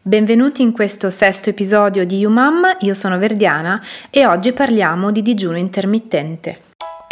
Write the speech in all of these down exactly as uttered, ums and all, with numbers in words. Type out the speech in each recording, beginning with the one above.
Benvenuti in questo sesto episodio di YouMam, io sono Verdiana e oggi parliamo di digiuno intermittente.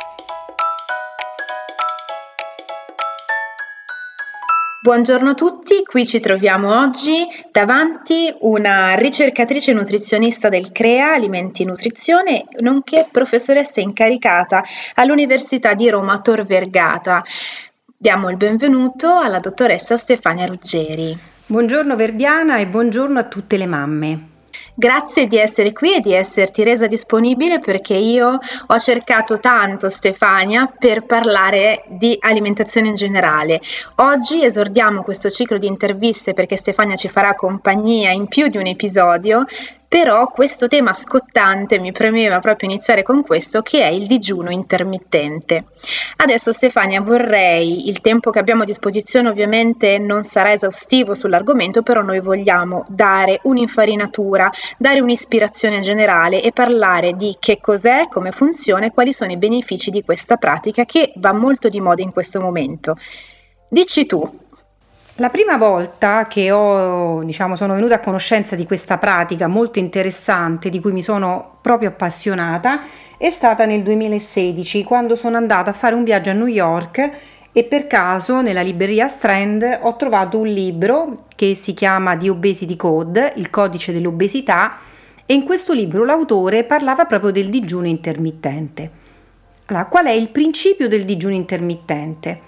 Buongiorno a tutti, qui ci troviamo oggi davanti una ricercatrice nutrizionista del CREA, Alimenti e Nutrizione, nonché professoressa incaricata all'Università di Roma Tor Vergata. Diamo il benvenuto alla dottoressa Stefania Ruggeri. Buongiorno Verdiana e buongiorno a tutte le mamme. Grazie di essere qui e di esserti resa disponibile perché io ho cercato tanto Stefania per parlare di alimentazione in generale. Oggi esordiamo questo ciclo di interviste perché Stefania ci farà compagnia in più di un episodio, però questo tema scottante mi premeva proprio iniziare con questo, che è il digiuno intermittente. Adesso Stefania vorrei, il tempo che abbiamo a disposizione ovviamente non sarà esaustivo sull'argomento, però noi vogliamo dare un'infarinatura, dare un'ispirazione generale e parlare di che cos'è, come funziona e quali sono i benefici di questa pratica che va molto di moda in questo momento. Dici tu. La prima volta che ho, diciamo, sono venuta a conoscenza di questa pratica molto interessante, di cui mi sono proprio appassionata, è stata nel duemilasedici, quando sono andata a fare un viaggio a New York e per caso nella libreria Strand ho trovato un libro che si chiama The Obesity Code, il codice dell'obesità, e in questo libro l'autore parlava proprio del digiuno intermittente. Allora, qual è il principio del digiuno intermittente?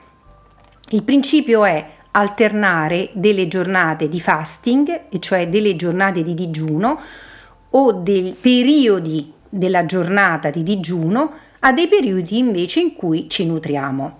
Il principio è alternare delle giornate di fasting, e cioè delle giornate di digiuno, o dei periodi della giornata di digiuno a dei periodi invece in cui ci nutriamo.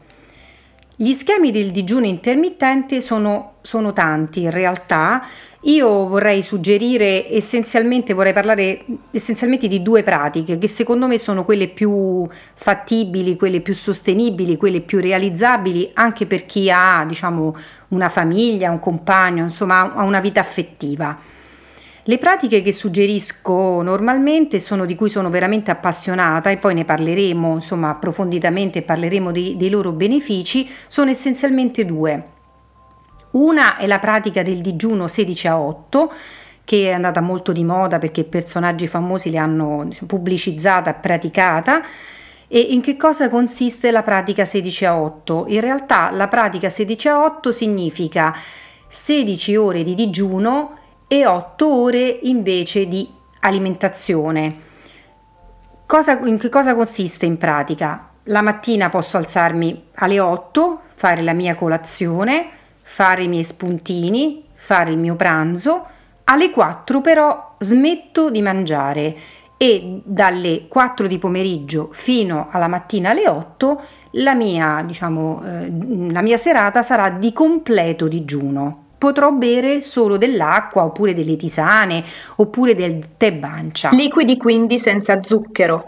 Gli schemi del digiuno intermittente sono, sono tanti in realtà. Io vorrei suggerire essenzialmente, vorrei parlare essenzialmente di due pratiche che secondo me sono quelle più fattibili, quelle più sostenibili, quelle più realizzabili anche per chi ha, diciamo, una famiglia, un compagno, insomma, ha una vita affettiva. Le pratiche che suggerisco normalmente sono di cui sono veramente appassionata e poi ne parleremo, insomma, approfonditamente, parleremo dei, dei loro benefici, sono essenzialmente due. Una è la pratica del digiuno sedici a otto, che è andata molto di moda perché personaggi famosi le hanno pubblicizzata e praticata. E in che cosa consiste la pratica sedici a otto? In realtà la pratica sedici a otto significa sedici ore di digiuno e otto ore invece di alimentazione. Cosa, in che cosa consiste in pratica? La mattina posso alzarmi alle otto, fare la mia colazione, fare i miei spuntini, fare il mio pranzo, alle quattro però smetto di mangiare e dalle quattro di pomeriggio fino alla mattina alle otto la mia, diciamo, eh, la mia serata sarà di completo digiuno. Potrò bere solo dell'acqua oppure delle tisane oppure del tè bancia. Liquidi quindi senza zucchero.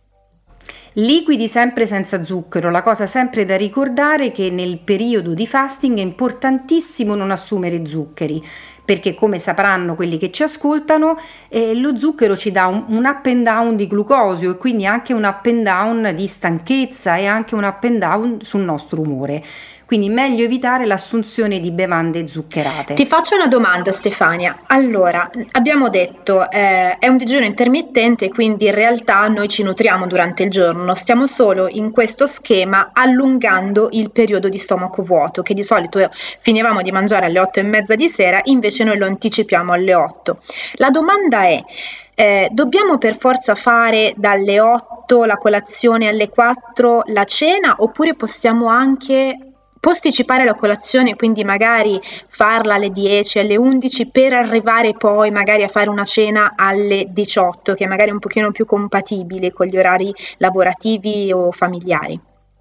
Liquidi sempre senza zucchero. La cosa sempre da ricordare è che nel periodo di fasting è importantissimo non assumere zuccheri, perché come sapranno quelli che ci ascoltano, eh, lo zucchero ci dà un, un up and down di glucosio e quindi anche un up and down di stanchezza e anche un up and down sul nostro umore. Quindi meglio evitare l'assunzione di bevande zuccherate. Ti faccio una domanda Stefania. Allora, abbiamo detto eh, è un digiuno intermittente, quindi in realtà noi ci nutriamo durante il giorno, stiamo solo in questo schema allungando il periodo di stomaco vuoto, che di solito finivamo di mangiare alle otto e mezza di sera, invece noi lo anticipiamo alle otto. La domanda è: Eh, dobbiamo per forza fare dalle otto la colazione alle quattro la cena, oppure possiamo anche posticipare la colazione, quindi magari farla alle dieci, alle undici per arrivare poi magari a fare una cena alle diciotto, che è magari un pochino più compatibile con gli orari lavorativi o familiari?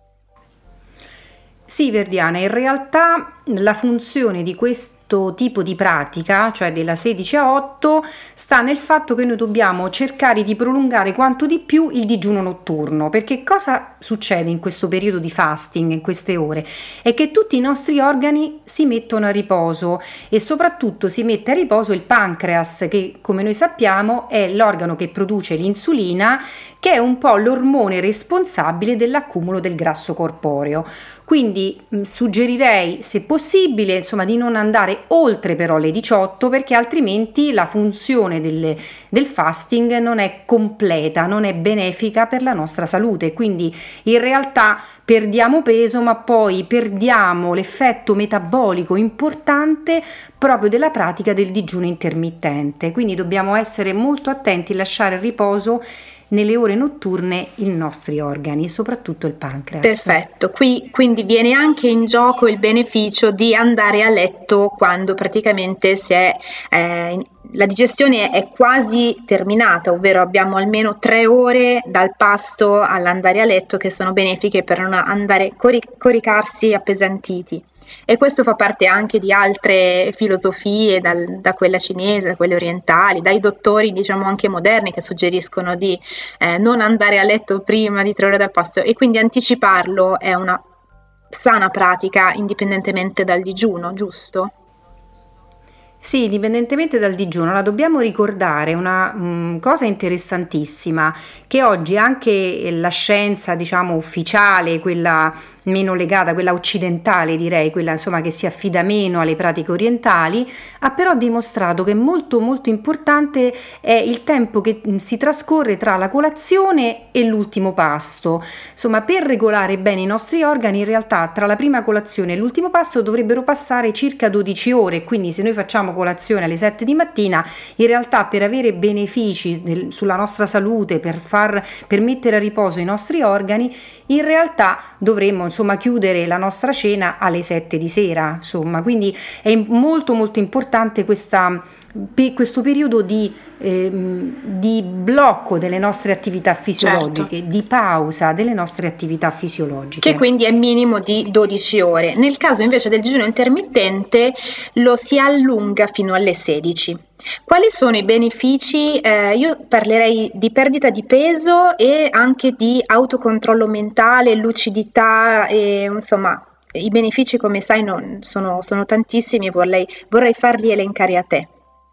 Sì, Verdiana, in realtà la funzione di questo tipo di pratica, cioè della sedici a otto, sta nel fatto che noi dobbiamo cercare di prolungare quanto di più il digiuno notturno, perché cosa succede in questo periodo di fasting, in queste ore? È che tutti i nostri organi si mettono a riposo e soprattutto si mette a riposo il pancreas, che come noi sappiamo è l'organo che produce l'insulina, che è un po' l'ormone responsabile dell'accumulo del grasso corporeo. Quindi mh, suggerirei, se possibile, insomma, di non andare mangiare oltre però le diciotto, perché altrimenti la funzione del, del fasting non è completa, non è benefica per la nostra salute. Quindi in realtà perdiamo peso, ma poi perdiamo l'effetto metabolico importante proprio della pratica del digiuno intermittente. Quindi dobbiamo essere molto attenti a lasciare il riposo nelle ore notturne i nostri organi, soprattutto il pancreas. Perfetto, qui quindi viene anche in gioco il beneficio di andare a letto quando praticamente si è, eh, la digestione è quasi terminata, ovvero abbiamo almeno tre ore dal pasto all'andare a letto che sono benefiche per non andare coric- coricarsi appesantiti. E questo fa parte anche di altre filosofie, dal, da quella cinese, da quelle orientali, dai dottori diciamo anche moderni che suggeriscono di eh, non andare a letto prima di tre ore dal pasto, e quindi anticiparlo è una sana pratica indipendentemente dal digiuno, giusto? Sì, indipendentemente dal digiuno, la dobbiamo ricordare una mh, cosa interessantissima, che oggi anche la scienza, diciamo, ufficiale, quella meno legata, quella occidentale direi, quella insomma che si affida meno alle pratiche orientali, ha però dimostrato che molto molto importante è il tempo che si trascorre tra la colazione e l'ultimo pasto. Insomma, per regolare bene i nostri organi, in realtà tra la prima colazione e l'ultimo pasto dovrebbero passare circa dodici ore, quindi se noi facciamo colazione alle sette di mattina, in realtà per avere benefici del, sulla nostra salute, per far per mettere a riposo i nostri organi, in realtà dovremmo insomma chiudere la nostra cena alle sette di sera, insomma, quindi è molto molto importante questa, questo periodo di, ehm, di blocco delle nostre attività fisiologiche, certo, di pausa delle nostre attività fisiologiche. Che quindi è minimo di dodici ore. Nel caso invece del digiuno intermittente lo si allunga fino alle sedici. Quali sono i benefici? Eh, io parlerei di perdita di peso e anche di autocontrollo mentale, lucidità, e insomma i benefici, come sai, non, sono, sono tantissimi e vorrei, vorrei farli elencare a te.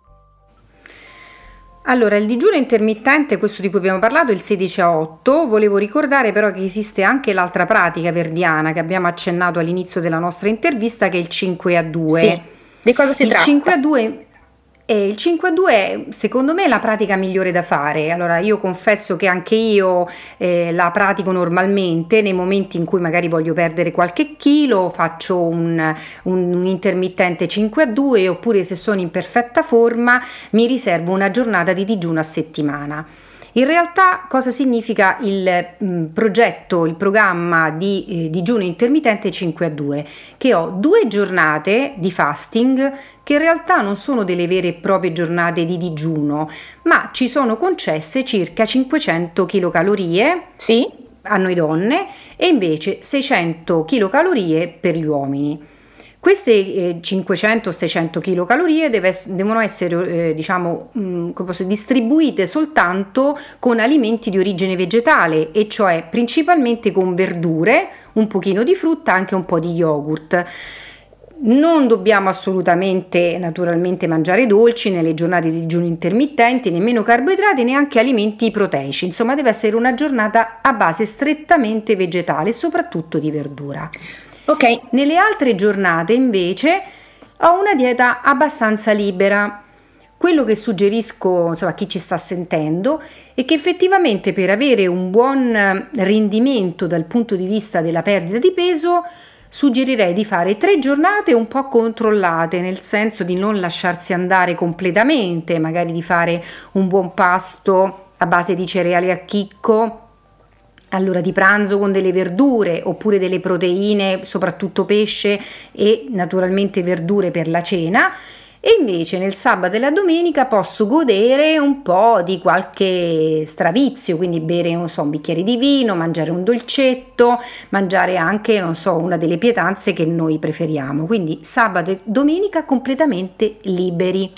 Allora, il digiuno intermittente, questo di cui abbiamo parlato, è il sedici a otto. Volevo ricordare però che esiste anche l'altra pratica verdiana che abbiamo accennato all'inizio della nostra intervista, che è il cinque a due. Sì, di cosa si il tratta? cinque a due E il cinque a due è secondo me la pratica migliore da fare. Allora io confesso che anche io eh, la pratico normalmente nei momenti in cui magari voglio perdere qualche chilo, faccio un, un, un intermittente cinque a due, oppure se sono in perfetta forma mi riservo una giornata di digiuno a settimana. In realtà cosa significa il mh, progetto, il programma di eh, digiuno intermittente cinque a due? Che ho due giornate di fasting che in realtà non sono delle vere e proprie giornate di digiuno, ma ci sono concesse circa cinquecento chilocalorie, sì, a noi donne, e invece seicento chilocalorie per gli uomini. Queste eh, cinquecento seicento chilocalorie deve, devono essere eh, diciamo mh, come posso, distribuite soltanto con alimenti di origine vegetale, e cioè principalmente con verdure, un pochino di frutta, anche un po' di yogurt. Non dobbiamo assolutamente naturalmente mangiare dolci nelle giornate di digiuno intermittenti, nemmeno carboidrati, neanche alimenti proteici. Insomma, deve essere una giornata a base strettamente vegetale e soprattutto di verdura. Ok. Nelle altre giornate invece ho una dieta abbastanza libera. Quello che suggerisco, insomma, a chi ci sta sentendo è che effettivamente per avere un buon rendimento dal punto di vista della perdita di peso suggerirei di fare tre giornate un po' controllate, nel senso di non lasciarsi andare completamente, magari di fare un buon pasto a base di cereali a chicco all'ora di pranzo con delle verdure, oppure delle proteine, soprattutto pesce, e naturalmente verdure per la cena. E invece nel sabato e la domenica posso godere un po' di qualche stravizio, quindi bere, non so, un bicchiere di vino, mangiare un dolcetto, mangiare anche, non so, una delle pietanze che noi preferiamo. Quindi sabato e domenica completamente liberi.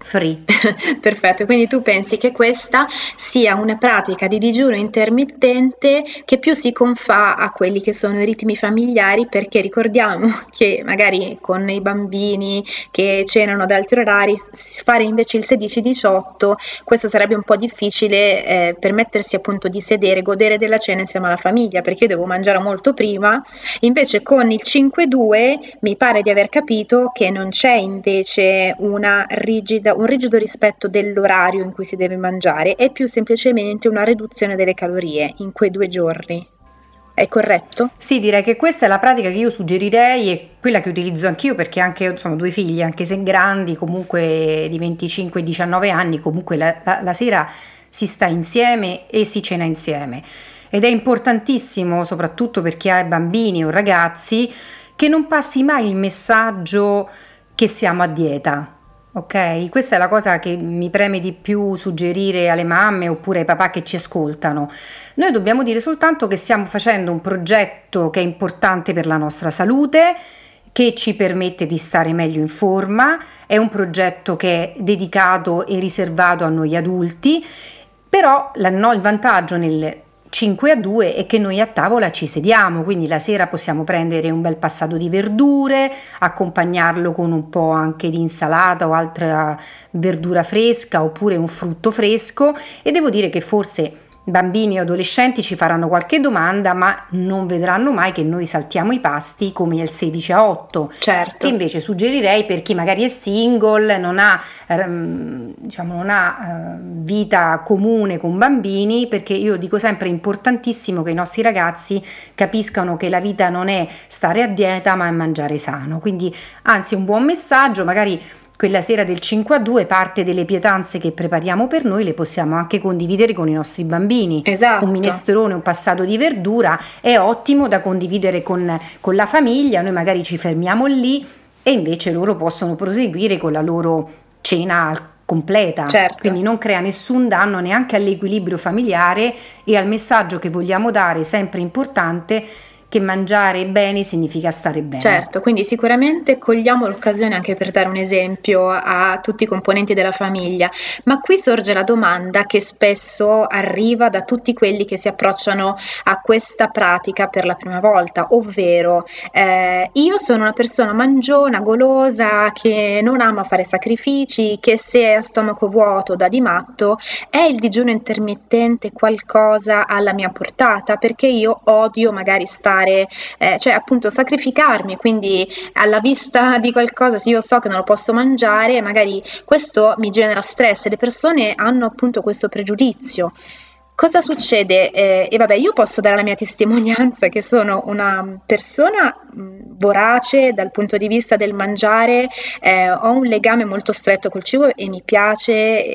free. Perfetto, quindi tu pensi che questa sia una pratica di digiuno intermittente che più si confà a quelli che sono i ritmi familiari, perché ricordiamo che magari con i bambini che cenano ad altri orari, s- fare invece il sedici diciotto, questo sarebbe un po' difficile, eh, permettersi appunto di sedere, godere della cena insieme alla famiglia, perché io devo mangiare molto prima. Invece con il cinque due mi pare di aver capito che non c'è invece una rigida, un rigido rispetto dell'orario in cui si deve mangiare, è più semplicemente una riduzione delle calorie in quei due giorni. È corretto? Sì, direi che questa è la pratica che io suggerirei e quella che utilizzo anch'io, perché anche io sono due figli, anche se grandi, comunque di venticinque e diciannove anni, comunque la, la, la sera si sta insieme e si cena insieme. Ed è importantissimo, soprattutto per chi ha bambini o ragazzi, che non passi mai il messaggio che siamo a dieta. Ok, questa è la cosa che mi preme di più suggerire alle mamme oppure ai papà che ci ascoltano. Noi dobbiamo dire soltanto che stiamo facendo un progetto che è importante per la nostra salute, che ci permette di stare meglio in forma, è un progetto che è dedicato e riservato a noi adulti, però la, no, il vantaggio nel cinque a due è che noi a tavola ci sediamo, quindi la sera possiamo prendere un bel passato di verdure, accompagnarlo con un po' anche di insalata o altra verdura fresca oppure un frutto fresco, e devo dire che forse bambini e adolescenti ci faranno qualche domanda, ma non vedranno mai che noi saltiamo i pasti come il sedici a otto. Certo. Che invece suggerirei per chi magari è single, non ha, ehm, diciamo, non ha eh, vita comune con bambini, perché io dico sempre è importantissimo che i nostri ragazzi capiscano che la vita non è stare a dieta ma è mangiare sano. Quindi anzi, un buon messaggio, magari quella sera del cinque a due parte delle pietanze che prepariamo per noi le possiamo anche condividere con i nostri bambini. Esatto. Un minestrone, un passato di verdura è ottimo da condividere con, con la famiglia, noi magari ci fermiamo lì e invece loro possono proseguire con la loro cena completa. Certo. Quindi non crea nessun danno neanche all'equilibrio familiare e al messaggio che vogliamo dare, sempre importante, che mangiare bene significa stare bene. Certo, quindi sicuramente cogliamo l'occasione anche per dare un esempio a tutti i componenti della famiglia, ma qui sorge la domanda che spesso arriva da tutti quelli che si approcciano a questa pratica per la prima volta, ovvero eh, io sono una persona mangiona, golosa, che non ama fare sacrifici, che se è a stomaco vuoto dà di matto, è il digiuno intermittente qualcosa alla mia portata? Perché io odio magari stare Eh, cioè appunto sacrificarmi, quindi alla vista di qualcosa, se io so che non lo posso mangiare, magari questo mi genera stress e le persone hanno appunto questo pregiudizio. Cosa succede? Eh, e vabbè, io posso dare la mia testimonianza che sono una persona mh, vorace dal punto di vista del mangiare, eh, ho un legame molto stretto col cibo e mi piace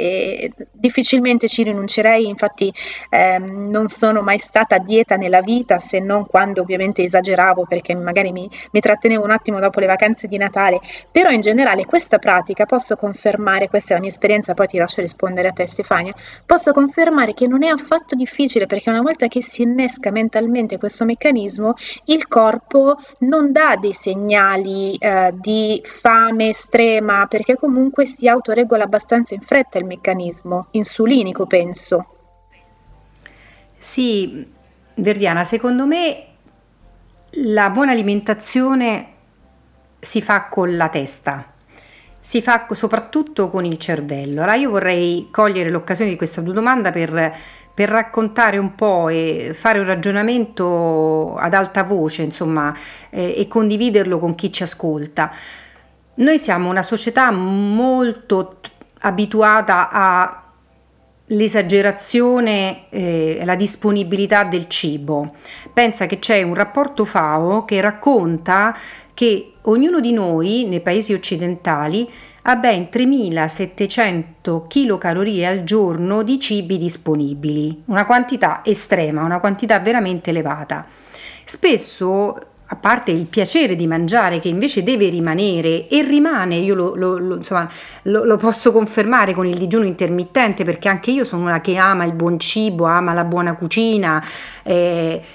e difficilmente ci rinuncerei, infatti ehm, non sono mai stata a dieta nella vita, se non quando ovviamente esageravo perché magari mi, mi trattenevo un attimo dopo le vacanze di Natale, però in generale questa pratica posso confermare, questa è la mia esperienza, poi ti lascio rispondere a te Stefania, posso confermare che non è affatto difficile, perché una volta che si innesca mentalmente questo meccanismo, il corpo non dà dei segnali eh, di fame estrema, perché comunque si autoregola abbastanza in fretta il meccanismo insulinico, penso. Sì, Verdiana, secondo me la buona alimentazione si fa con la testa, si fa soprattutto con il cervello. Allora io vorrei cogliere l'occasione di questa tua domanda per, per raccontare un po' e fare un ragionamento ad alta voce, insomma, eh, e condividerlo con chi ci ascolta. Noi siamo una società molto t- abituata a l'esagerazione e eh, la disponibilità del cibo. Pensa che c'è un rapporto FAO che racconta che ognuno di noi nei paesi occidentali ha ben tremilasettecento chilocalorie al giorno di cibi disponibili, una quantità estrema, una quantità veramente elevata. Spesso, a parte il piacere di mangiare che invece deve rimanere e rimane, io lo, lo, lo, insomma, lo, lo posso confermare con il digiuno intermittente, perché anche io sono una che ama il buon cibo, ama la buona cucina, eh,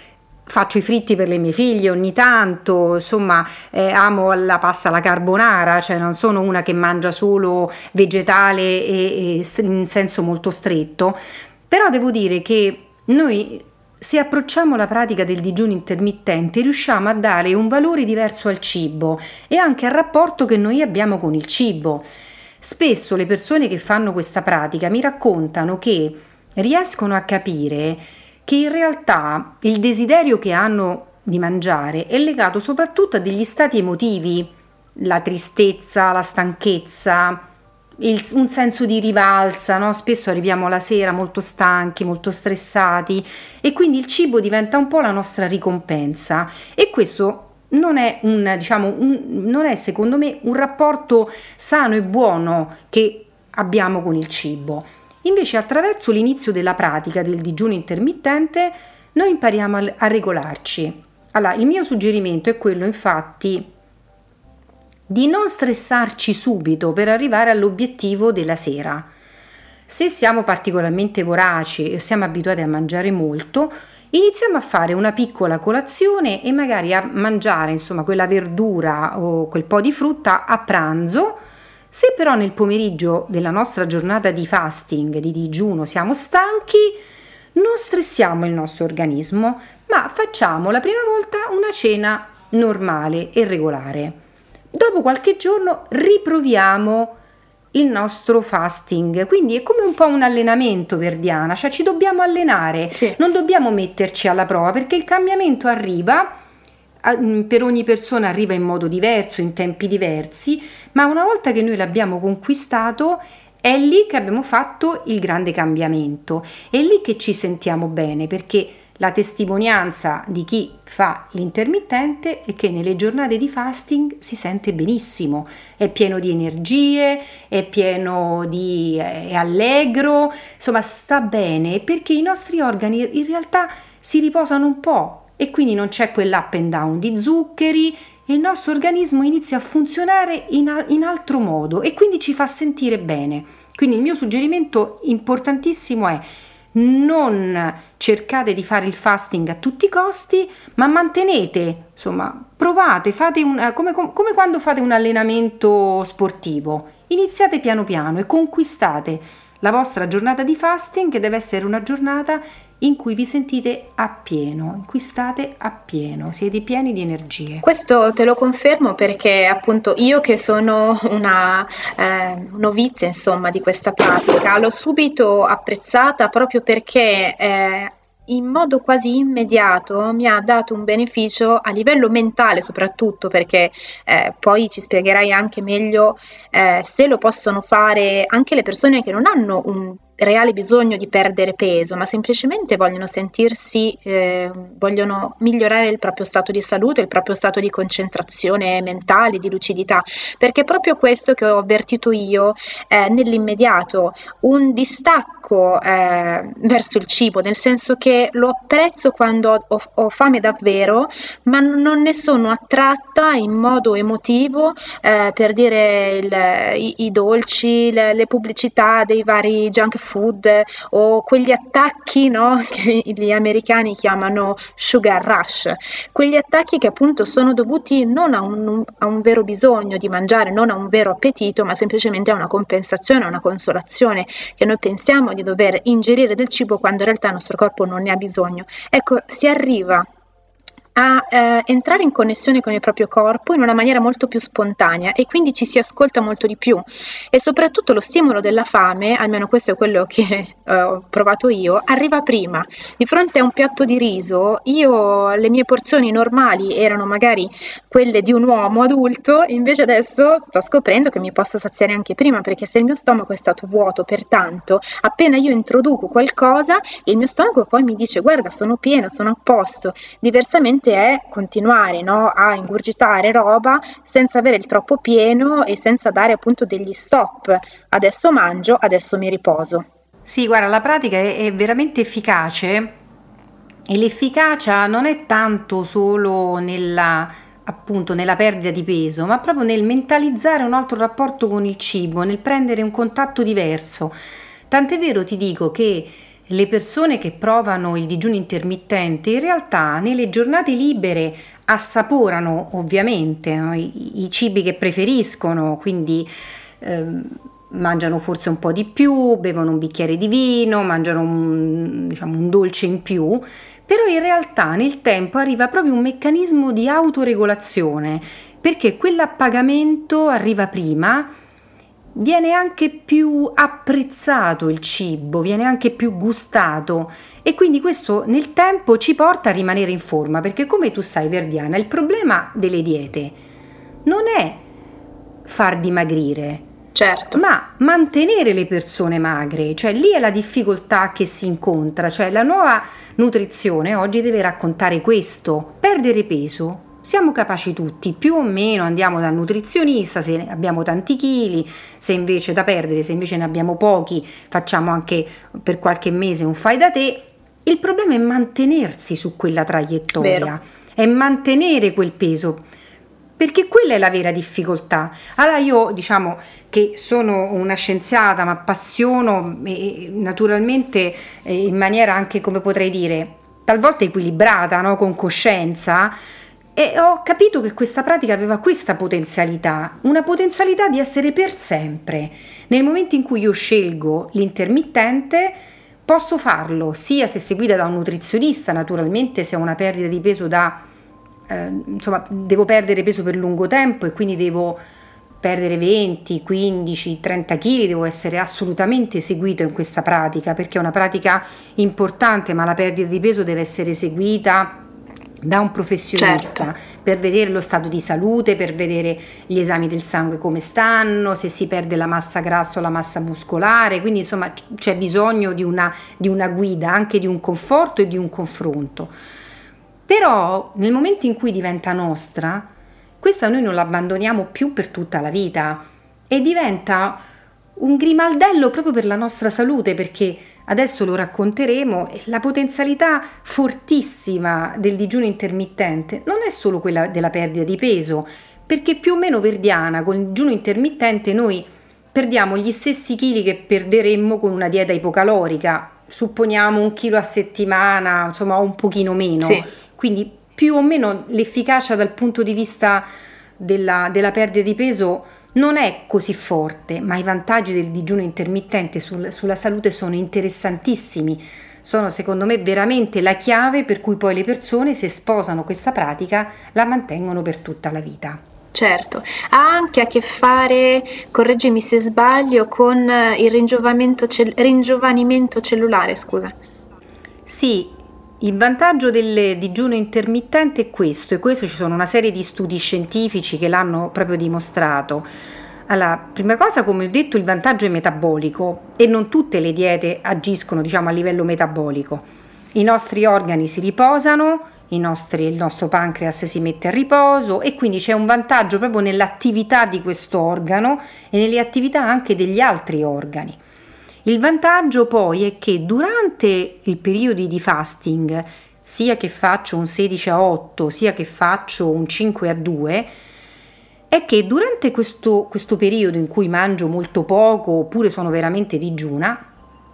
faccio i fritti per le mie figlie ogni tanto, insomma, eh, amo la pasta alla carbonara, cioè non sono una che mangia solo vegetale e, e in senso molto stretto, però devo dire che noi, se approcciamo la pratica del digiuno intermittente, riusciamo a dare un valore diverso al cibo e anche al rapporto che noi abbiamo con il cibo. Spesso le persone che fanno questa pratica mi raccontano che riescono a capire che in realtà il desiderio che hanno di mangiare è legato soprattutto a degli stati emotivi, la tristezza, la stanchezza, il, un senso di rivalsa, no? Spesso arriviamo la sera molto stanchi, molto stressati e quindi il cibo diventa un po' la nostra ricompensa e questo non è un, diciamo, un, non è secondo me un rapporto sano e buono che abbiamo con il cibo. Invece attraverso l'inizio della pratica del digiuno intermittente noi impariamo a, a regolarci. Allora, il mio suggerimento è quello infatti di non stressarci subito per arrivare all'obiettivo della sera. Se siamo particolarmente voraci e siamo abituati a mangiare molto, iniziamo a fare una piccola colazione e magari a mangiare insomma quella verdura o quel po' di frutta a pranzo. Se però nel pomeriggio della nostra giornata di fasting, di digiuno, siamo stanchi, non stressiamo il nostro organismo, ma facciamo la prima volta una cena normale e regolare. Dopo qualche giorno riproviamo il nostro fasting, quindi è come un po' un allenamento, Verdiana, cioè ci dobbiamo allenare, sì. Non dobbiamo metterci alla prova perché il cambiamento arriva, per ogni persona arriva in modo diverso, in tempi diversi, ma una volta che noi l'abbiamo conquistato è lì che abbiamo fatto il grande cambiamento, è lì che ci sentiamo bene perché la testimonianza di chi fa l'intermittente è che nelle giornate di fasting si sente benissimo, è pieno di energie, è pieno di è allegro, insomma sta bene perché i nostri organi in realtà si riposano un po' e quindi non c'è quell'up and down di zuccheri e il nostro organismo inizia a funzionare in, in altro modo e quindi ci fa sentire bene. Quindi il mio suggerimento importantissimo è: non cercate di fare il fasting a tutti i costi, ma mantenete, insomma, provate, fate un, come, come quando fate un allenamento sportivo, iniziate piano piano e conquistate la vostra giornata di fasting, che deve essere una giornata in cui vi sentite a pieno, in cui state a pieno, siete pieni di energie. Questo te lo confermo perché appunto io che sono una eh, novizia insomma di questa pratica l'ho subito apprezzata proprio perché eh, in modo quasi immediato mi ha dato un beneficio a livello mentale soprattutto perché eh, poi ci spiegherai anche meglio eh, se lo possono fare anche le persone che non hanno un reale bisogno di perdere peso, ma semplicemente vogliono sentirsi, eh, vogliono migliorare il proprio stato di salute, il proprio stato di concentrazione mentale, di lucidità, perché è proprio questo che ho avvertito io eh, nell'immediato, un distacco eh, verso il cibo, nel senso che lo apprezzo quando ho, ho fame davvero, ma non ne sono attratta in modo emotivo eh, per dire il, i, i dolci, le, le pubblicità dei vari junk food o quegli attacchi, no, che gli americani chiamano sugar rush, quegli attacchi che appunto sono dovuti non a un, a un vero bisogno di mangiare, non a un vero appetito, ma semplicemente a una compensazione, a una consolazione che noi pensiamo di dover ingerire del cibo quando in realtà il nostro corpo non ne ha bisogno. Ecco, si arriva a eh, entrare in connessione con il proprio corpo in una maniera molto più spontanea e quindi ci si ascolta molto di più e soprattutto lo stimolo della fame, almeno questo è quello che eh, ho provato io, arriva prima. Di fronte a un piatto di riso, io le mie porzioni normali erano magari quelle di un uomo adulto, invece adesso sto scoprendo che mi posso saziare anche prima perché se il mio stomaco è stato vuoto per tanto, appena io introduco qualcosa, il mio stomaco poi mi dice guarda sono pieno, sono a posto, diversamente è continuare, no, a ingurgitare roba senza avere il troppo pieno e senza dare appunto degli stop. Adesso mangio, adesso mi riposo. Sì, guarda, la pratica è, è veramente efficace e l'efficacia non è tanto solo nella appunto nella perdita di peso, ma proprio nel mentalizzare un altro rapporto con il cibo, nel prendere un contatto diverso. Tant'è vero, ti dico che le persone che provano il digiuno intermittente in realtà nelle giornate libere assaporano ovviamente, no, i, i cibi che preferiscono, quindi ehm, mangiano forse un po' di più, bevono un bicchiere di vino, mangiano un, diciamo, un dolce in più, però in realtà nel tempo arriva proprio un meccanismo di autoregolazione, perché quell'appagamento arriva prima, viene anche più apprezzato il cibo, viene anche più gustato e quindi questo nel tempo ci porta a rimanere in forma, perché come tu sai, Verdiana, il problema delle diete non è far dimagrire, certo, ma mantenere le persone magre, cioè lì è la difficoltà che si incontra, cioè la nuova nutrizione oggi deve raccontare questo, perdere peso. Siamo capaci tutti, più o meno andiamo dal nutrizionista se abbiamo tanti chili, se invece da perdere, se invece ne abbiamo pochi, facciamo anche per qualche mese un fai da te. Il problema è mantenersi su quella traiettoria, vero, è mantenere quel peso, perché quella è la vera difficoltà. Allora io diciamo che sono una scienziata, ma appassiono e, naturalmente eh, in maniera anche, come potrei dire, talvolta equilibrata, no? Con coscienza. E ho capito che questa pratica aveva questa potenzialità, una potenzialità di essere per sempre. Nel momento in cui io scelgo l'intermittente, posso farlo sia se seguita da un nutrizionista, naturalmente se ho una perdita di peso da, eh, insomma, devo perdere peso per lungo tempo e quindi devo perdere venti, quindici, trenta chili, devo essere assolutamente seguito in questa pratica, perché è una pratica importante, ma la perdita di peso deve essere seguita da un professionista, certo, per vedere lo stato di salute, per vedere gli esami del sangue come stanno, se si perde la massa grassa o la massa muscolare, quindi insomma c'è bisogno di una, di una guida, anche di un conforto e di un confronto. Però nel momento in cui diventa nostra, questa noi non l'abbandoniamo più per tutta la vita e diventa un grimaldello proprio per la nostra salute, perché adesso lo racconteremo, la potenzialità fortissima del digiuno intermittente non è solo quella della perdita di peso, perché più o meno, Verdiana, con il digiuno intermittente noi perdiamo gli stessi chili che perderemmo con una dieta ipocalorica, supponiamo un chilo a settimana, insomma un pochino meno, sì, quindi più o meno l'efficacia dal punto di vista della, della perdita di peso non è così forte, ma i vantaggi del digiuno intermittente sul, sulla salute sono interessantissimi, sono secondo me veramente la chiave per cui poi le persone, se sposano questa pratica, la mantengono per tutta la vita. certo. Ha anche a che fare, correggimi se sbaglio, con il ringiovanimento, cell- ringiovanimento cellulare, scusa. Sì, il vantaggio del digiuno intermittente è questo, e questo ci sono una serie di studi scientifici che l'hanno proprio dimostrato. Allora, prima cosa, come ho detto, il vantaggio è metabolico e non tutte le diete agiscono, diciamo, a livello metabolico. I nostri organi si riposano, i nostri, il nostro pancreas si mette a riposo e quindi c'è un vantaggio proprio nell'attività di questo organo e nelle attività anche degli altri organi. Il vantaggio poi è che durante il periodo di fasting, sia che faccio un sedici a otto, sia che faccio un cinque a due, è che durante questo, questo periodo in cui mangio molto poco oppure sono veramente digiuna,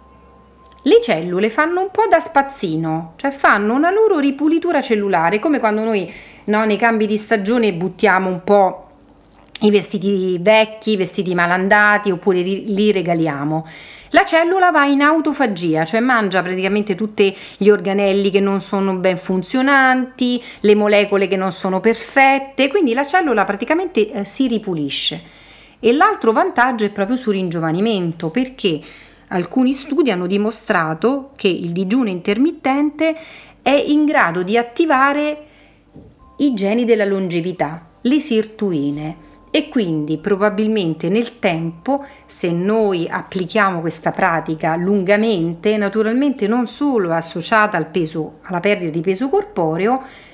le cellule fanno un po' da spazzino, cioè fanno una loro ripulitura cellulare, come quando noi, no, nei cambi di stagione buttiamo un po' i vestiti vecchi, i vestiti malandati, oppure li, li regaliamo. La cellula va in autofagia, cioè mangia praticamente tutti gli organelli che non sono ben funzionanti, le molecole che non sono perfette, quindi la cellula praticamente eh, si ripulisce. E l'altro vantaggio è proprio sul ringiovanimento, perché alcuni studi hanno dimostrato che il digiuno intermittente è in grado di attivare i geni della longevità, le sirtuine. E quindi probabilmente nel tempo, se noi applichiamo questa pratica lungamente, naturalmente non solo associata al peso, alla perdita di peso corporeo,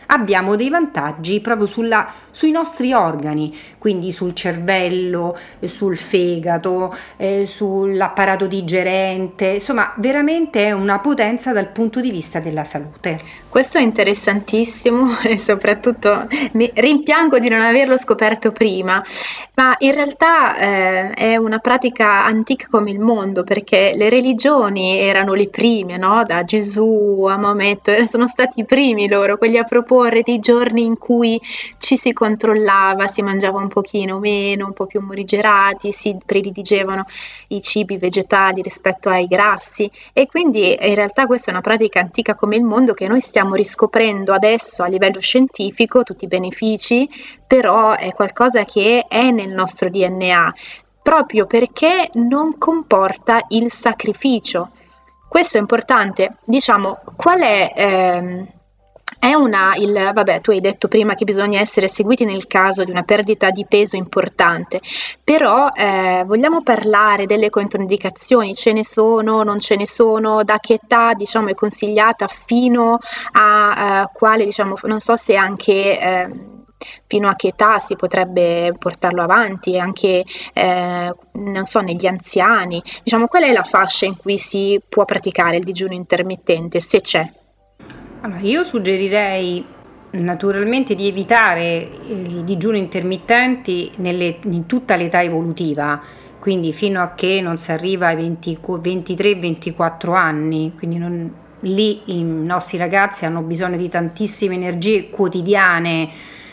abbiamo dei vantaggi proprio sulla, sui nostri organi, quindi sul cervello, sul fegato, eh, sull'apparato digerente, insomma veramente è una potenza dal punto di vista della salute. Questo è interessantissimo e soprattutto mi rimpiango di non averlo scoperto prima, ma in realtà eh, è una pratica antica come il mondo, perché le religioni erano le prime, no? Da Gesù a Maometto, sono stati i primi loro, quelli a proporre dei giorni in cui ci si controllava, si mangiava un pochino meno, un po' più morigerati, si prediligevano i cibi vegetali rispetto ai grassi, e quindi in realtà questa è una pratica antica come il mondo che noi stiamo riscoprendo adesso a livello scientifico, tutti i benefici, però è qualcosa che è nel nostro D N A, proprio perché non comporta il sacrificio. Questo è importante. Diciamo, qual è... Ehm, è una, il, vabbè, tu hai detto prima che bisogna essere seguiti nel caso di una perdita di peso importante, però eh, vogliamo parlare delle controindicazioni, ce ne sono, non ce ne sono, da che età diciamo è consigliata fino a eh, quale, diciamo, non so se anche... Eh, fino a che età si potrebbe portarlo avanti, anche eh, non so, negli anziani, diciamo, qual è la fascia in cui si può praticare il digiuno intermittente, se c'è? Allora, io suggerirei naturalmente di evitare eh, i digiuni intermittenti nelle- in tutta l'età evolutiva, quindi fino a che non si arriva ai venti ventitré ventiquattro anni, quindi non- lì i nostri ragazzi hanno bisogno di tantissime energie quotidiane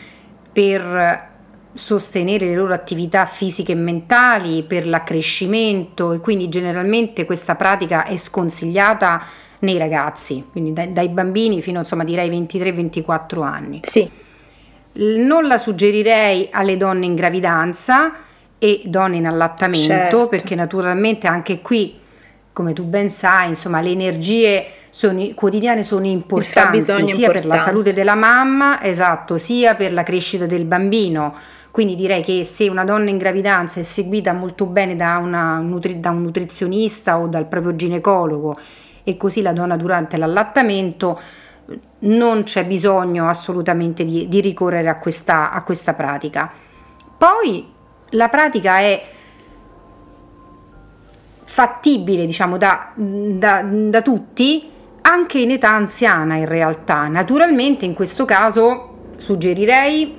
per sostenere le loro attività fisiche e mentali, per l'accrescimento, e quindi generalmente questa pratica è sconsigliata nei ragazzi, quindi dai, dai bambini fino insomma direi ventitré ventiquattro anni. Sì. Non la suggerirei alle donne in gravidanza e donne in allattamento, Certo. perché naturalmente anche qui, come tu ben sai, insomma, le energie sono, quotidiane sono importanti sia fabbisogno per la importante. salute della mamma, esatto, sia per la crescita del bambino. Quindi direi che se una donna in gravidanza è seguita molto bene da, una nutri- da un nutrizionista o dal proprio ginecologo, e così la donna durante l'allattamento, non c'è bisogno assolutamente di, di ricorrere a questa, a questa pratica. Poi la pratica è fattibile, diciamo, da, da, da tutti, anche in età anziana in realtà. Naturalmente in questo caso suggerirei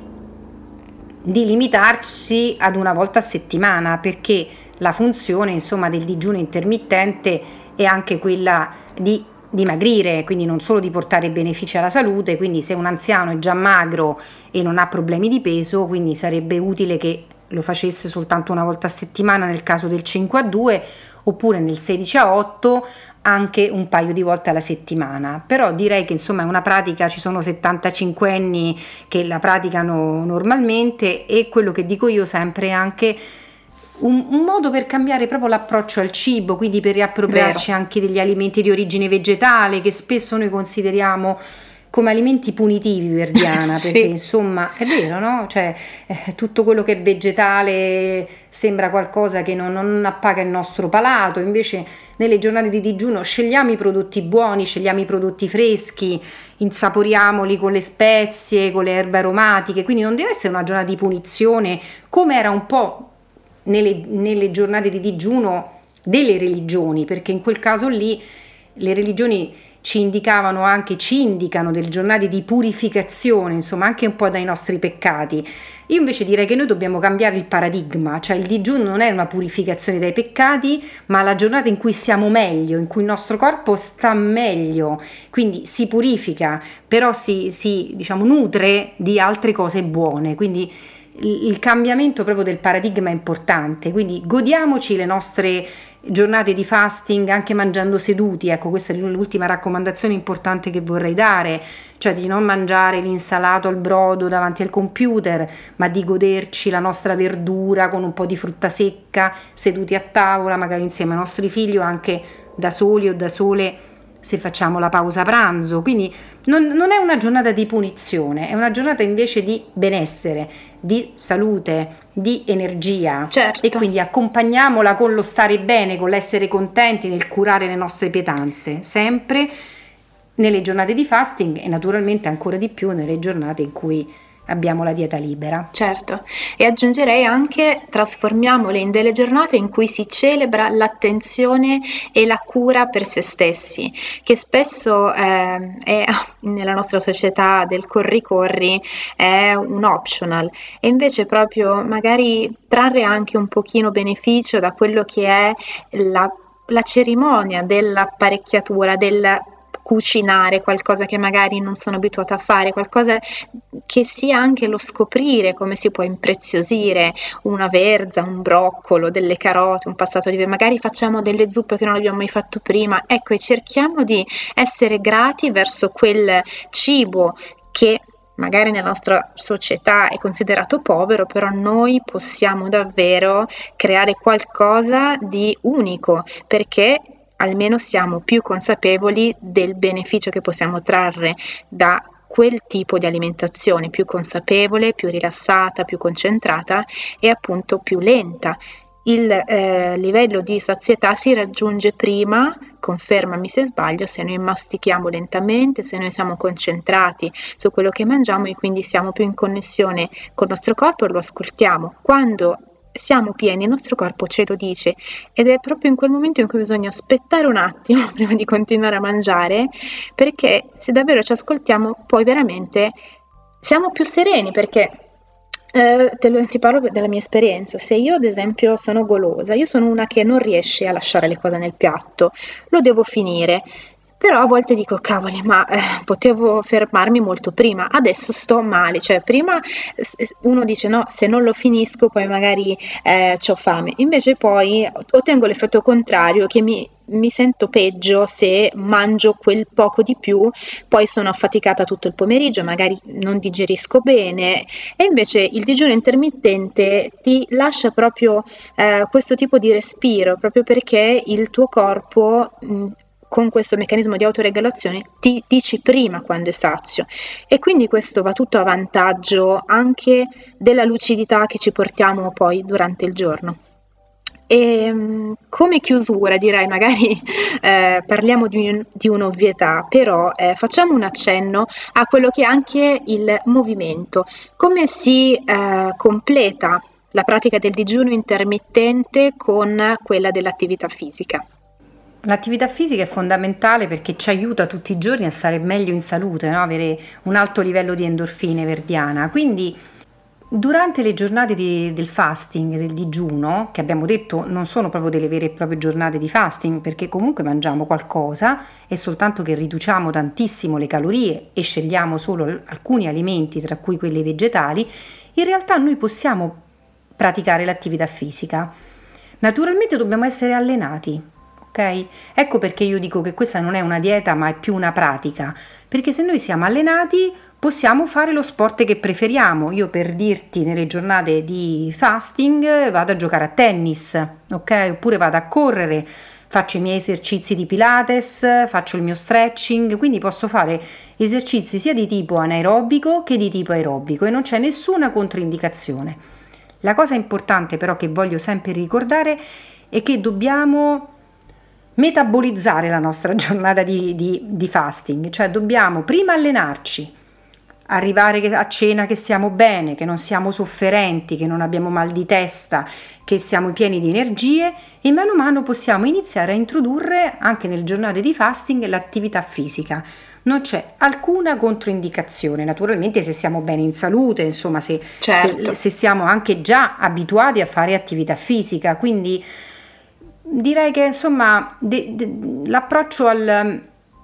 di limitarci ad una volta a settimana, perché la funzione insomma del digiuno intermittente è anche quella di dimagrire, quindi non solo di portare benefici alla salute. Quindi se un anziano è già magro e non ha problemi di peso, quindi sarebbe utile che lo facesse soltanto una volta a settimana nel caso del cinque a due, oppure nel sedici a otto anche un paio di volte alla settimana. Però direi che insomma è una pratica, ci sono settantacinquenni che la praticano normalmente, e quello che dico io sempre è anche un, un modo per cambiare proprio l'approccio al cibo, quindi per riappropriarci Vero. anche degli alimenti di origine vegetale che spesso noi consideriamo come alimenti punitivi per Diana, Sì. perché insomma è vero, no? Cioè eh, tutto quello che è vegetale sembra qualcosa che non, non appaga il nostro palato. Invece nelle giornate di digiuno scegliamo i prodotti buoni, scegliamo i prodotti freschi, insaporiamoli con le spezie, con le erbe aromatiche, quindi non deve essere una giornata di punizione come era un po' nelle, nelle giornate di digiuno delle religioni, perché in quel caso lì le religioni ci indicavano anche, ci indicano delle giornate di purificazione, insomma anche un po' dai nostri peccati. Io invece direi che noi dobbiamo cambiare il paradigma, cioè il digiuno non è una purificazione dai peccati, ma la giornata in cui stiamo meglio, in cui il nostro corpo sta meglio, quindi si purifica, però si, si diciamo, nutre di altre cose buone. Quindi il cambiamento proprio del paradigma è importante, quindi godiamoci le nostre giornate di fasting anche mangiando seduti. Ecco, questa è l'ultima raccomandazione importante che vorrei dare, cioè di non mangiare l'insalato al brodo davanti al computer, ma di goderci la nostra verdura con un po' di frutta secca seduti a tavola, magari insieme ai nostri figli o anche da soli o da sole se facciamo la pausa pranzo. Quindi non, non è una giornata di punizione, è una giornata invece di benessere, di salute, di energia. Certo. E quindi accompagniamola con lo stare bene, con l'essere contenti nel curare le nostre pietanze, sempre nelle giornate di fasting e naturalmente ancora di più nelle giornate in cui abbiamo la dieta libera. Certo, e aggiungerei anche trasformiamole in delle giornate in cui si celebra l'attenzione e la cura per se stessi, che spesso eh, è nella nostra società del corri-corri è un optional, e invece proprio magari trarre anche un pochino beneficio da quello che è la, la cerimonia dell'apparecchiatura, del cucinare qualcosa che magari non sono abituata a fare, qualcosa che sia anche lo scoprire come si può impreziosire una verza, un broccolo, delle carote, un passato di magari facciamo delle zuppe che non abbiamo mai fatto prima, ecco, e cerchiamo di essere grati verso quel cibo che magari nella nostra società è considerato povero, però noi possiamo davvero creare qualcosa di unico, perché almeno siamo più consapevoli del beneficio che possiamo trarre da quel tipo di alimentazione, più consapevole, più rilassata, più concentrata e appunto più lenta. Il eh, livello di sazietà si raggiunge prima, confermami se sbaglio, se noi mastichiamo lentamente, se noi siamo concentrati su quello che mangiamo e quindi siamo più in connessione col nostro corpo e lo ascoltiamo. Quando siamo pieni, il nostro corpo ce lo dice, ed è proprio in quel momento in cui bisogna aspettare un attimo prima di continuare a mangiare, perché se davvero ci ascoltiamo poi veramente siamo più sereni, perché eh, te lo, ti parlo della mia esperienza. Se io ad esempio sono golosa, io sono una che non riesce a lasciare le cose nel piatto, lo devo finire. Però a volte dico, cavoli, ma eh, potevo fermarmi molto prima, adesso sto male, cioè prima uno dice no, se non lo finisco poi magari eh, c'ho fame, invece poi ottengo l'effetto contrario, che mi, mi sento peggio se mangio quel poco di più, poi sono affaticata tutto il pomeriggio, magari non digerisco bene, e invece il digiuno intermittente ti lascia proprio eh, questo tipo di respiro, proprio perché il tuo corpo mh, con questo meccanismo di autoregolazione ti dici prima quando è sazio, e quindi questo va tutto a vantaggio anche della lucidità che ci portiamo poi durante il giorno. E come chiusura direi, magari eh, parliamo di, un, di un'ovvietà, però eh, facciamo un accenno a quello che è anche il movimento, come si eh, completa la pratica del digiuno intermittente con quella dell'attività fisica. L'attività fisica è fondamentale perché ci aiuta tutti i giorni a stare meglio in salute, no? Avere un alto livello di endorfine, Verdiana. Quindi durante le giornate di, del fasting, del digiuno, che abbiamo detto non sono proprio delle vere e proprie giornate di fasting, perché comunque mangiamo qualcosa, è soltanto che riduciamo tantissimo le calorie e scegliamo solo alcuni alimenti, tra cui quelli vegetali, in realtà noi possiamo praticare l'attività fisica. Naturalmente dobbiamo essere allenati. Okay? Ecco perché io dico che questa non è una dieta ma è più una pratica, perché se noi siamo allenati possiamo fare lo sport che preferiamo. Io, per dirti, nelle giornate di fasting vado a giocare a tennis, ok? Oppure vado a correre, faccio i miei esercizi di Pilates, faccio il mio stretching, quindi posso fare esercizi sia di tipo anaerobico che di tipo aerobico e non c'è nessuna controindicazione. La cosa importante però che voglio sempre ricordare è che dobbiamo metabolizzare la nostra giornata di, di, di fasting, cioè dobbiamo prima allenarci, arrivare a cena che stiamo bene, che non siamo sofferenti, che non abbiamo mal di testa, che siamo pieni di energie, e mano a mano possiamo iniziare a introdurre anche nelle giornate di fasting l'attività fisica. Non c'è alcuna controindicazione, naturalmente se siamo bene in salute, insomma se, certo. se, se siamo anche già abituati a fare attività fisica, quindi direi che insomma de, de, l'approccio al,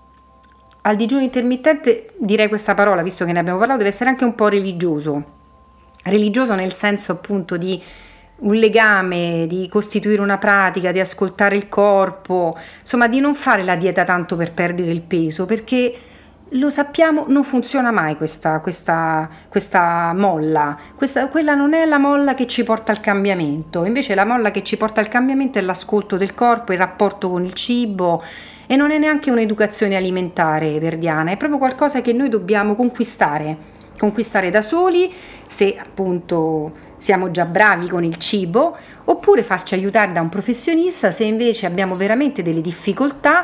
al digiuno intermittente, direi questa parola visto che ne abbiamo parlato, deve essere anche un po' religioso, religioso nel senso appunto di un legame, di costituire una pratica, di ascoltare il corpo, insomma di non fare la dieta tanto per perdere il peso, perché lo sappiamo, non funziona mai questa, questa, questa molla, questa, quella non è la molla che ci porta al cambiamento, invece la molla che ci porta al cambiamento è l'ascolto del corpo, il rapporto con il cibo, e non è neanche un'educazione alimentare verdiana, è proprio qualcosa che noi dobbiamo conquistare, conquistare da soli, se appunto siamo già bravi con il cibo, oppure farci aiutare da un professionista se invece abbiamo veramente delle difficoltà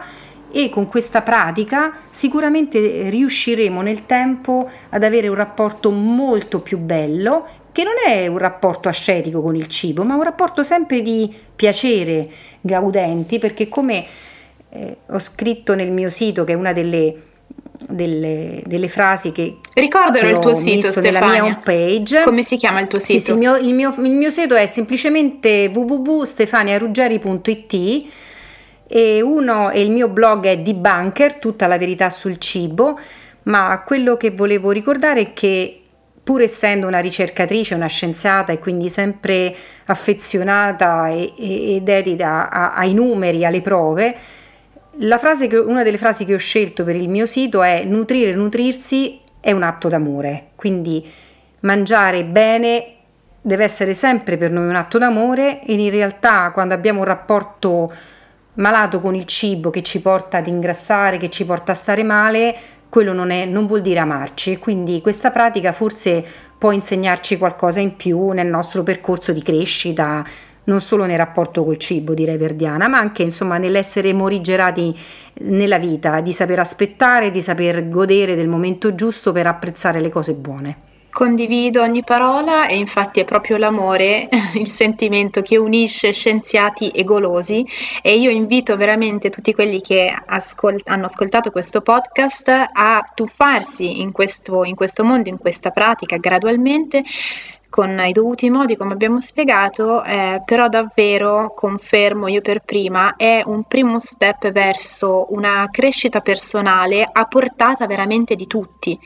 e con questa pratica sicuramente riusciremo nel tempo ad avere un rapporto molto più bello, che non è un rapporto ascetico con il cibo, ma un rapporto sempre di piacere, gaudenti, perché come eh, ho scritto nel mio sito, che è una delle, delle, delle frasi che ricordalo che il tuo ho sito, messo nella Stefania. mia homepage. Come si chiama il tuo Sì, sito? sì, il mio, il mio, il mio sito è semplicemente w w w punto stefania ruggeri punto i t e uno e il mio blog è Debunker, tutta la verità sul cibo, ma quello che volevo ricordare è che pur essendo una ricercatrice, una scienziata e quindi sempre affezionata e, e, e dedita a, ai numeri, alle prove, la frase che, una delle frasi che ho scelto per il mio sito è: nutrire e nutrirsi è un atto d'amore, quindi mangiare bene deve essere sempre per noi un atto d'amore, e in realtà quando abbiamo un rapporto malato con il cibo che ci porta ad ingrassare, che ci porta a stare male, quello non, è, non vuol dire amarci, quindi questa pratica forse può insegnarci qualcosa in più nel nostro percorso di crescita, non solo nel rapporto col cibo, direi Verdiana, ma anche insomma nell'essere morigerati nella vita, di saper aspettare, di saper godere del momento giusto per apprezzare le cose buone. Condivido ogni parola, e infatti è proprio l'amore il sentimento che unisce scienziati e golosi, e io invito veramente tutti quelli che ascol- hanno ascoltato questo podcast a tuffarsi in questo, in questo mondo, in questa pratica gradualmente, con i dovuti modi, come abbiamo spiegato, eh, però davvero confermo io per prima, è un primo step verso una crescita personale a portata veramente di tutti.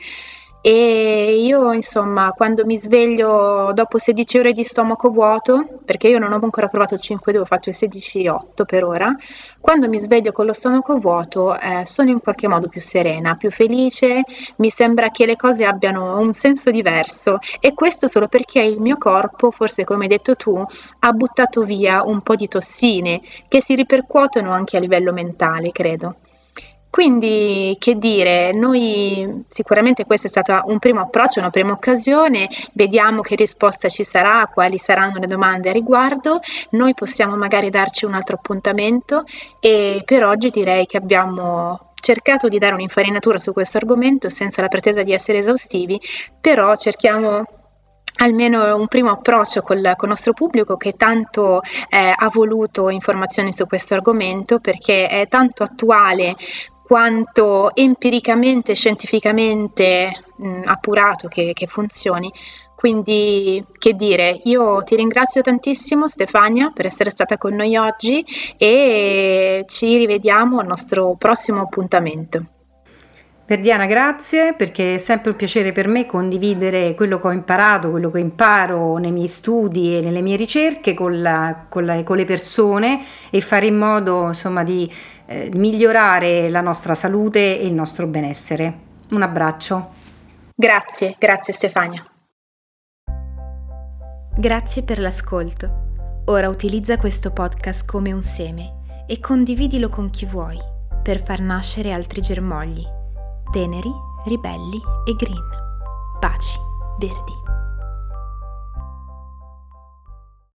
E io insomma, quando mi sveglio dopo sedici ore di stomaco vuoto, perché io non ho ancora provato il cinque due, ho fatto il sedici otto per ora, quando mi sveglio con lo stomaco vuoto eh, sono in qualche modo più serena, più felice, mi sembra che le cose abbiano un senso diverso, e questo solo perché il mio corpo, forse come hai detto tu, ha buttato via un po' di tossine che si ripercuotono anche a livello mentale, credo. Quindi, che dire, noi sicuramente questo è stato un primo approccio, una prima occasione, vediamo che risposta ci sarà, quali saranno le domande a riguardo, noi possiamo magari darci un altro appuntamento, e per oggi direi che abbiamo cercato di dare un'infarinatura su questo argomento senza la pretesa di essere esaustivi, però cerchiamo almeno un primo approccio col, col nostro pubblico, che tanto eh, ha voluto informazioni su questo argomento, perché è tanto attuale quanto empiricamente, scientificamente mh, appurato che, che funzioni. Quindi, che dire, io ti ringrazio tantissimo Stefania per essere stata con noi oggi, e ci rivediamo al nostro prossimo appuntamento. Verdiana, grazie, perché è sempre un piacere per me condividere quello che ho imparato, quello che imparo nei miei studi e nelle mie ricerche con, la, con, la, con le persone, e fare in modo insomma di eh, migliorare la nostra salute e il nostro benessere. Un abbraccio. Grazie, grazie Stefania. Grazie per l'ascolto. Ora utilizza questo podcast come un seme e condividilo con chi vuoi per far nascere altri germogli teneri, ribelli e green. Baci verdi.